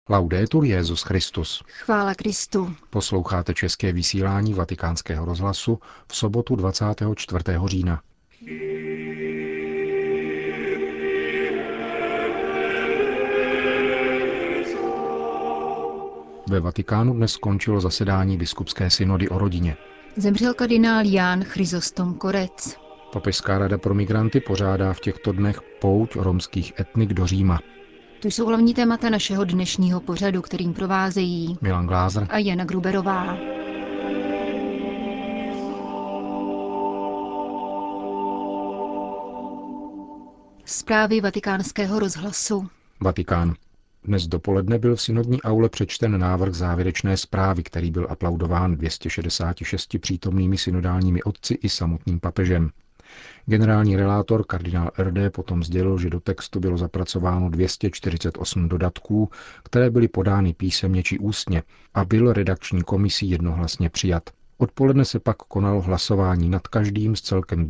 Laudetur Jesus Christus. Chvála Kristu. Posloucháte české vysílání Vatikánského rozhlasu v sobotu 24. října. Ve Vatikánu dnes skončilo zasedání biskupské synody o rodině. Zemřel kardinál Jan Chryzostom Korec. Papežská rada pro migranty pořádá v těchto dnech pouť romských etnik do Říma. To jsou hlavní témata našeho dnešního pořadu, kterým provázejí Milan Glázer a Jana Gruberová. Zprávy Vatikánského rozhlasu. Vatikán. Dnes dopoledne byl v synodní aule přečten návrh závěrečné zprávy, který byl aplaudován 266 přítomnými synodálními otci i samotným papežem. Generální relátor kardinál Erde potom sdělil, že do textu bylo zapracováno 248 dodatků, které byly podány písemně či ústně a byl redakční komisí jednohlasně přijat. Odpoledne se pak konalo hlasování nad každým z celkem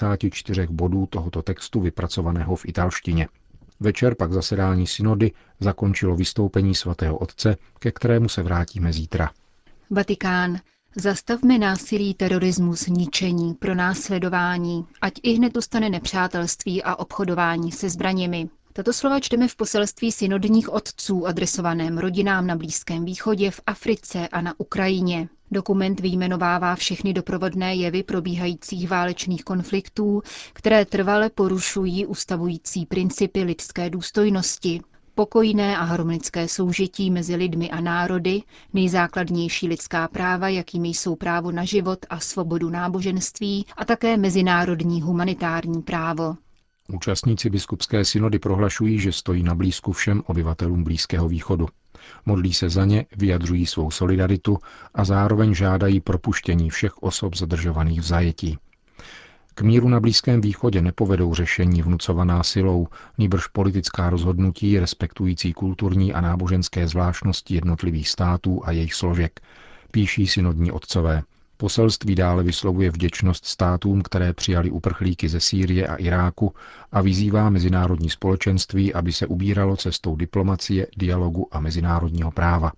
94 bodů tohoto textu vypracovaného v italštině. Večer pak zasedání synody zakončilo vystoupení svatého otce, ke kterému se vrátíme zítra. Vatikán. Zastavme násilí, terorismus, ničení, pronásledování, ať i hned ustane nepřátelství a obchodování se zbraněmi. Tato slova čteme v poselství synodních otců adresovaném rodinám na Blízkém východě, v Africe a na Ukrajině. Dokument vyjmenovává všechny doprovodné jevy probíhajících válečných konfliktů, které trvale porušují ustavující principy lidské důstojnosti. Pokojné a harmonické soužití mezi lidmi a národy, nejzákladnější lidská práva, jakými jsou právo na život a svobodu náboženství a také mezinárodní humanitární právo. Účastníci biskupské synody prohlašují, že stojí na blízku všem obyvatelům Blízkého východu. Modlí se za ně, vyjadřují svou solidaritu a zároveň žádají propuštění všech osob zadržovaných v zajetí. K míru na Blízkém východě nepovedou řešení vnucovaná silou, nýbrž politická rozhodnutí respektující kulturní a náboženské zvláštnosti jednotlivých států a jejich složek, píší synodní otcové. Poselství dále vyslovuje vděčnost státům, které přijali uprchlíky ze Sýrie a Iráku a vyzývá mezinárodní společenství, aby se ubíralo cestou diplomacie, dialogu a mezinárodního práva.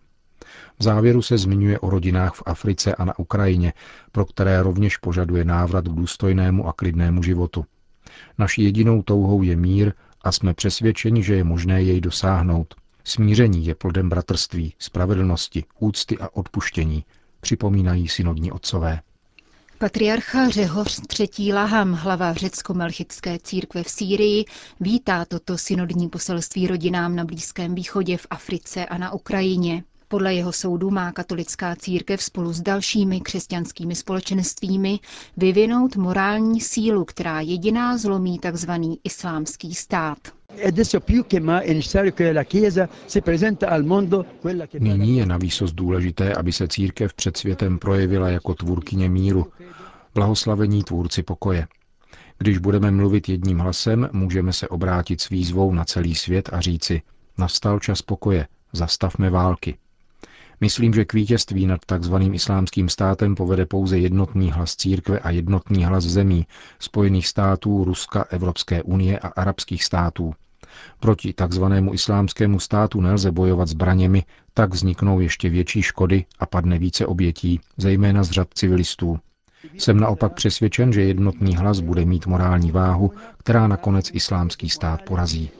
V závěru se zmiňuje o rodinách v Africe a na Ukrajině, pro které rovněž požaduje návrat k důstojnému a klidnému životu. Naší jedinou touhou je mír a jsme přesvědčeni, že je možné jej dosáhnout. Smíření je plodem bratrství, spravedlnosti, úcty a odpuštění, připomínají synodní otcové. Patriarcha Řehoř III. Laham, hlava řecko-melchické církve v Sýrii, vítá toto synodní poselství rodinám na Blízkém východě, v Africe a na Ukrajině. Podle jeho soudu má katolická církev spolu s dalšími křesťanskými společenstvími vyvinout morální sílu, která jediná zlomí tzv. Islámský stát. Nyní je navýsost důležité, aby se církev před světem projevila jako tvůrkyně míru, blahoslavení tvůrci pokoje. Když budeme mluvit jedním hlasem, můžeme se obrátit s výzvou na celý svět a říci: nastal čas pokoje, zastavme války. Myslím, že k vítězství nad takzvaným islámským státem povede pouze jednotný hlas církve a jednotný hlas zemí, Spojených států, Ruska, Evropské unie a arabských států. Proti takzvanému islámskému státu nelze bojovat zbraněmi, tak vzniknou ještě větší škody a padne více obětí, zejména z řad civilistů. Jsem naopak přesvědčen, že jednotný hlas bude mít morální váhu, která nakonec islámský stát porazí.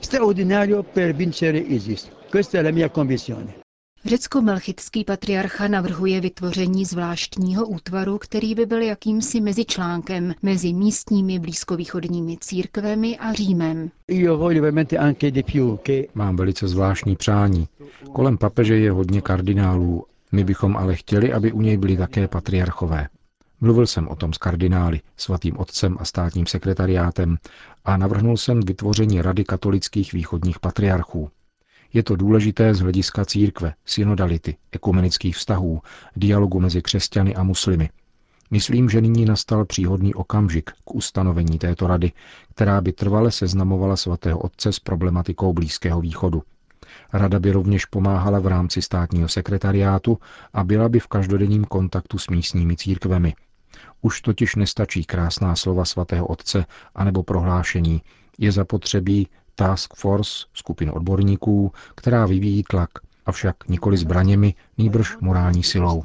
Řecko-melchický patriarcha navrhuje vytvoření zvláštního útvaru, který by byl jakýmsi mezičlánkem mezi místními blízkovýchodními církvemi a Římem. Mám velice zvláštní přání. Kolem papeže je hodně kardinálů. My bychom ale chtěli, aby u něj byli také patriarchové. Mluvil jsem o tom s kardinály, svatým otcem a státním sekretariátem a navrhnul jsem vytvoření Rady katolických východních patriarchů. Je to důležité z hlediska církve, synodality, ekumenických vztahů, dialogu mezi křesťany a muslimy. Myslím, že nyní nastal příhodný okamžik k ustanovení této rady, která by trvale seznamovala svatého otce s problematikou Blízkého východu. Rada by rovněž pomáhala v rámci státního sekretariátu a byla by v každodenním kontaktu s místními církvemi. Už totiž nestačí krásná slova svatého otce anebo prohlášení. Je zapotřebí task force, skupinu odborníků, která vyvíjí tlak, avšak nikoli zbraněmi, nýbrž morální silou.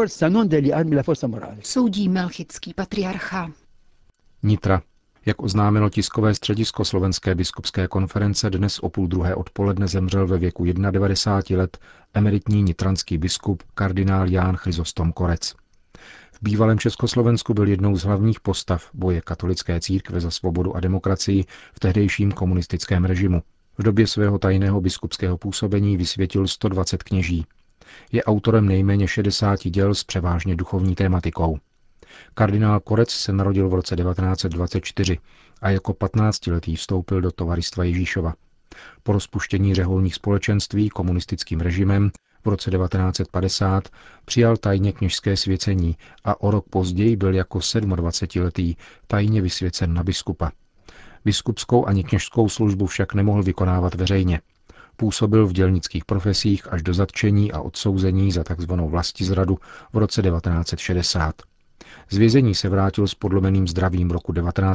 Soudí melchický patriarcha. Nitra. Jak oznámilo tiskové středisko Slovenské biskupské konference, dnes o 12:30 odpoledne zemřel ve věku 91 let emeritní nitranský biskup kardinál Ján Chryzostom Korec. V bývalém Československu byl jednou z hlavních postav boje katolické církve za svobodu a demokracii v tehdejším komunistickém režimu. V době svého tajného biskupského působení vysvětil 120 kněží. Je autorem nejméně 60 děl s převážně duchovní tématikou. Kardinál Korec se narodil v roce 1924 a jako 15letý vstoupil do Tovaristva Ježíšova. Po rozpuštění řeholních společenství komunistickým režimem v roce 1950 přijal tajně kněžské svěcení a o rok později byl jako 27letý tajně vysvěcen na biskupa. Biskupskou ani kněžskou službu však nemohl vykonávat veřejně. Působil v dělnických profesích až do zatčení a odsouzení za tzv. Vlastizradu v roce 1960. Z vězení se vrátil s podlomeným zdravím roku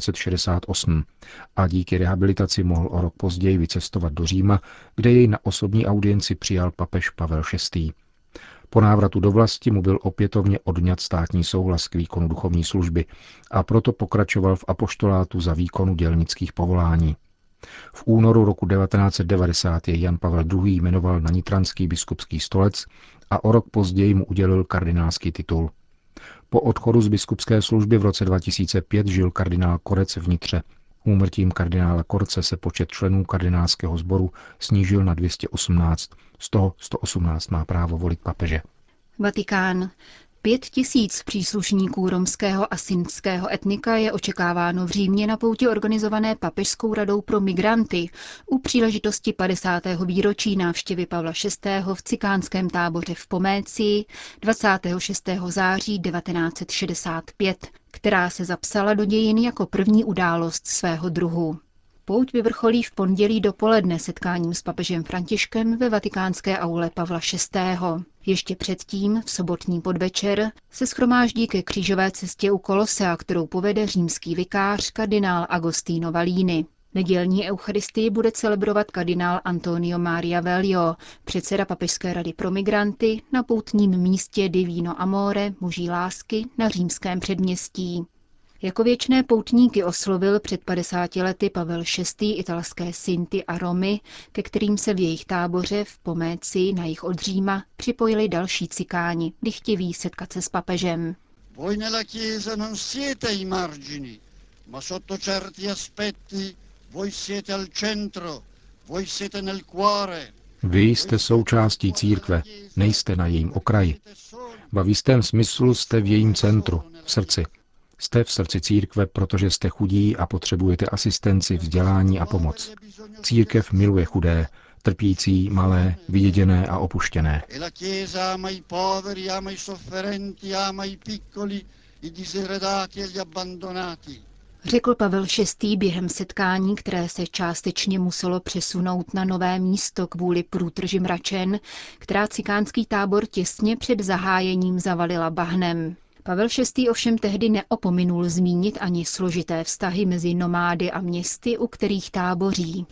1968 a díky rehabilitaci mohl o rok později vycestovat do Říma, kde jej na osobní audienci přijal papež Pavel VI. Po návratu do vlasti mu byl opětovně odňat státní souhlas k výkonu duchovní služby a proto pokračoval v apoštolátu za výkonu dělnických povolání. V únoru roku 1990 jej Jan Pavel II. Jmenoval na nitranský biskupský stolec a o rok později mu udělil kardinálský titul. Po odchodu z biskupské služby v roce 2005 žil kardinál Korec v Nitře. Úmrtím kardinála Korce se počet členů kardinálského sboru snížil na 218, z toho 118 má právo volit papeže. Vatikán. 5 000 příslušníků romského a sindského etnika je očekáváno v Římě na pouti organizované Papežskou radou pro migranty u příležitosti 50. výročí návštěvy Pavla VI. V cikánském táboře v Pomécii 26. září 1965, která se zapsala do dějin jako první událost svého druhu. Pouť vyvrcholí v pondělí dopoledne setkáním s papežem Františkem ve vatikánské aule Pavla VI. Ještě předtím, v sobotní podvečer, se shromáždí ke křížové cestě u Kolosea, kterou povede římský vikář kardinál Agostino Valini. Nedělní eucharistii bude celebrovat kardinál Antonio Maria Velio, předseda Papežské rady pro migranty, na poutním místě Divino Amore, muží lásky, na římském předměstí. Jako věčné poutníky oslovil před 50 lety Pavel VI. Italské Sinty a Romy, ke kterým se v jejich táboře v Pomécii na jih od Říma připojili další cikáni, dychtiví setkat se s papežem. Voi nella Chiesa non siete ai margini, ma sotto certi aspetti voi siete al centro, voi siete nel cuore. Vy jste součástí církve, nejste na jejím okraji. Ba v jistém smyslu jste v jejím centru, v srdci. Jste v srdci církve, protože jste chudí a potřebujete asistenci, vzdělání a pomoc. Církev miluje chudé, trpící, malé, vyděděné a opuštěné. Řekl Pavel VI. Během setkání, které se částečně muselo přesunout na nové místo kvůli průtrži mračen, která cikánský tábor těsně před zahájením zavalila bahnem. Pavel VI. Ovšem tehdy neopominul zmínit ani složité vztahy mezi nomády a městy, u kterých táboří.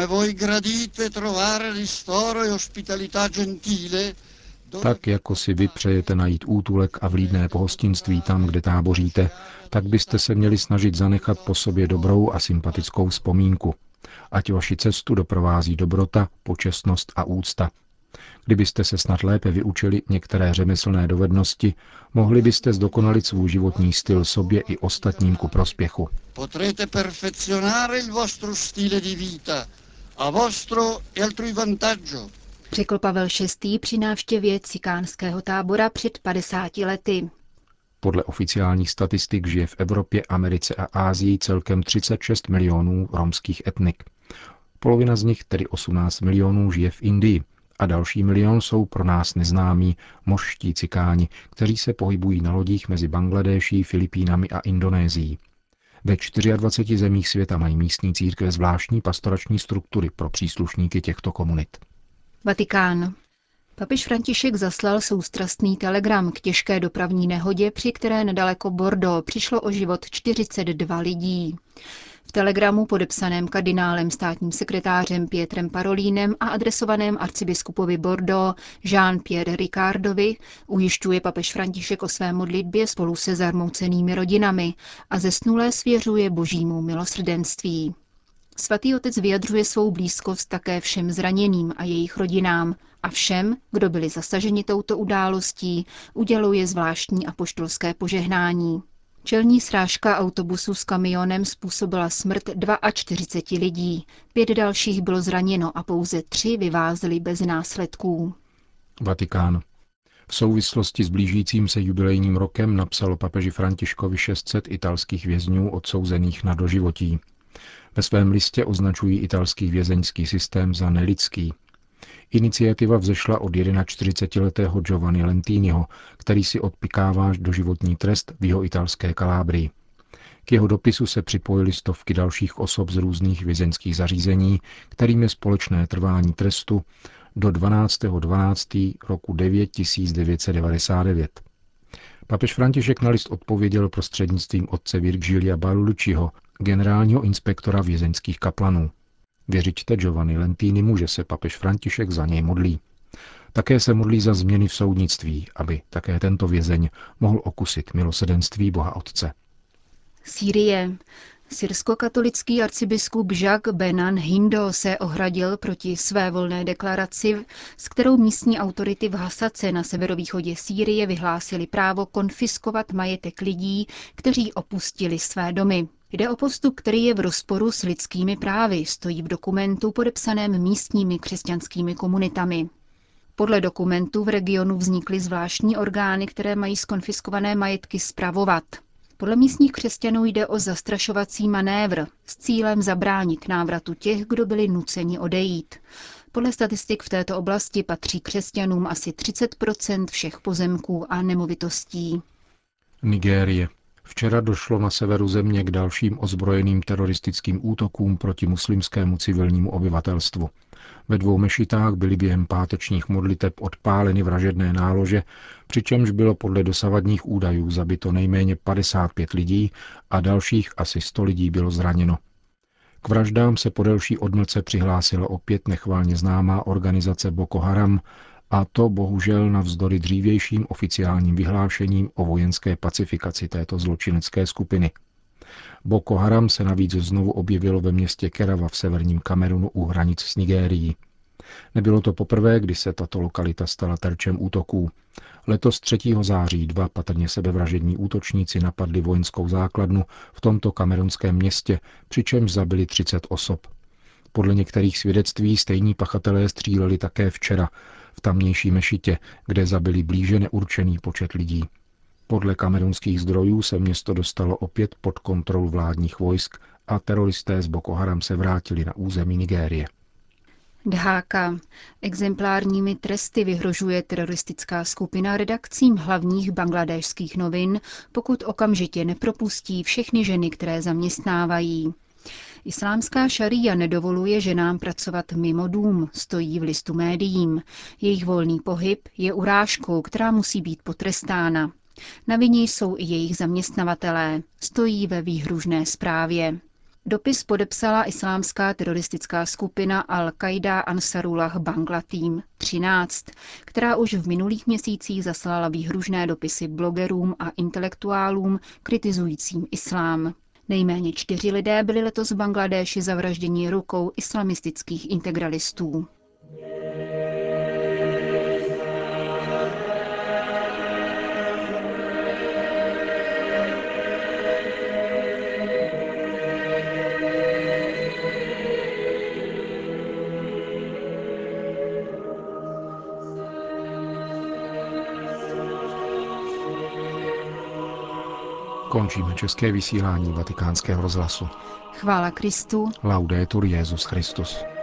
Tak jako si vy přejete najít útulek a vlídné pohostinství tam, kde táboříte, tak byste se měli snažit zanechat po sobě dobrou a sympatickou vzpomínku. Ať vaši cestu doprovází dobrota, počestnost a úcta. Kdybyste se snad lépe vyučili některé řemeslné dovednosti, mohli byste zdokonalit svůj životní styl sobě i ostatním ku prospěchu. Potrete perfezionare il vostro stile di vita, a vostro e altrui vantaggio. Řekl Pavel VI. Při návštěvě cikánského tábora před 50 lety. Podle oficiálních statistik žije v Evropě, Americe a Asii celkem 36 milionů romských etnik. Polovina z nich, tedy 18 milionů, žije v Indii a další milion jsou pro nás neznámí mošští cikáni, kteří se pohybují na lodích mezi Bangladéší, Filipínami a Indonésií. Ve 24 zemích světa mají místní církve zvláštní pastorační struktury pro příslušníky těchto komunit. Vatikán. Papež František zaslal soustrastný telegram k těžké dopravní nehodě, při které nedaleko Bordeaux přišlo o život 42 lidí. V telegramu podepsaném kardinálem státním sekretářem Pietrem Parolínem a adresovaném arcibiskupovi Bordeaux Jean-Pierre Ricardovi ujišťuje papež František o své modlitbě spolu se zarmoucenými rodinami a zesnulé svěřuje božímu milosrdenství. Svatý otec vyjadřuje svou blízkost také všem zraněným a jejich rodinám a všem, kdo byli zasaženi touto událostí, uděluje zvláštní apoštolské požehnání. Čelní srážka autobusu s kamionem způsobila smrt 42 lidí, 5 dalších bylo zraněno a pouze 3 vyvázli bez následků. Vatikán. V souvislosti s blížícím se jubilejním rokem napsalo papeži Františkovi 600 italských vězňů odsouzených na doživotí. Ve svém listě označují italský vězeňský systém za nelidský. Iniciativa vzešla od 41letého Giovanni Lentiniho, který si odpikává doživotní trest v jihoitalské Kalábrii. K jeho dopisu se připojily stovky dalších osob z různých vězeňských zařízení, kterým je společné trvání trestu do 12.12. roku 9999. Papež František na list odpověděl prostřednictvím otce Virgilia Barulucciho, generálního inspektora vězeňských kaplanů. Věřičte Giovanni Lentini že se papež František za něj modlí. Také se modlí za změny v soudnictví, aby také tento vězeň mohl okusit milosrdenství Boha Otce. Sýrie. Syrsko-katolický arcibiskup Jacques Benan Hindo se ohradil proti svévolné deklaraci, s kterou místní autority v Hasace na severovýchodě Sýrie vyhlásili právo konfiskovat majetek lidí, kteří opustili své domy. Jde o postup, který je v rozporu s lidskými právy, stojí v dokumentu podepsaném místními křesťanskými komunitami. Podle dokumentu v regionu vznikly zvláštní orgány, které mají zkonfiskované majetky spravovat. Podle místních křesťanů jde o zastrašovací manévr s cílem zabránit návratu těch, kdo byli nuceni odejít. Podle statistik v této oblasti patří křesťanům asi 30% všech pozemků a nemovitostí. Nigérie. Včera došlo na severu země k dalším ozbrojeným teroristickým útokům proti muslimskému civilnímu obyvatelstvu. Ve 2 mešitách byly během pátečních modliteb odpáleny vražedné nálože, přičemž bylo podle dosavadních údajů zabito nejméně 55 lidí a dalších asi 100 lidí bylo zraněno. K vraždám se po delší odmlce přihlásila opět nechvalně známá organizace Boko Haram, a to bohužel navzdory dřívějším oficiálním vyhlášením o vojenské pacifikaci této zločinecké skupiny. Boko Haram se navíc znovu objevilo ve městě Kerawa v severním Kamerunu u hranic s Nigérií. Nebylo to poprvé, kdy se tato lokalita stala terčem útoků. Letos 3. září 2 patrně sebevražední útočníci napadli vojenskou základnu v tomto kamerunském městě, přičemž zabili 30 osob. Podle některých svědectví stejní pachatelé stříleli také včera v tamnější mešitě, kde zabili blíže neurčený počet lidí. Podle kamerunských zdrojů se město dostalo opět pod kontrolu vládních vojsk a teroristé z Boko Haram se vrátili na území Nigérie. Dháka. Exemplárními tresty vyhrožuje teroristická skupina redakcím hlavních bangladéšských novin, pokud okamžitě nepropustí všechny ženy, které zaměstnávají. Islámská šaría nedovoluje ženám pracovat mimo dům, stojí v listu médiím. Jejich volný pohyb je urážkou, která musí být potrestána. Na vině jsou i jejich zaměstnavatelé, stojí ve výhružné zprávě. Dopis podepsala islámská teroristická skupina Al-Qaida Ansarullah Bangla Team 13, která už v minulých měsících zaslala výhružné dopisy blogerům a intelektuálům kritizujícím islám. Nejméně 4 lidé byli letos v Bangladéši zavražděni rukou islamistických integralistů. Končíme české vysílání Vatikánského rozhlasu. Chvála Kristu. Laudetur Jesus Christus.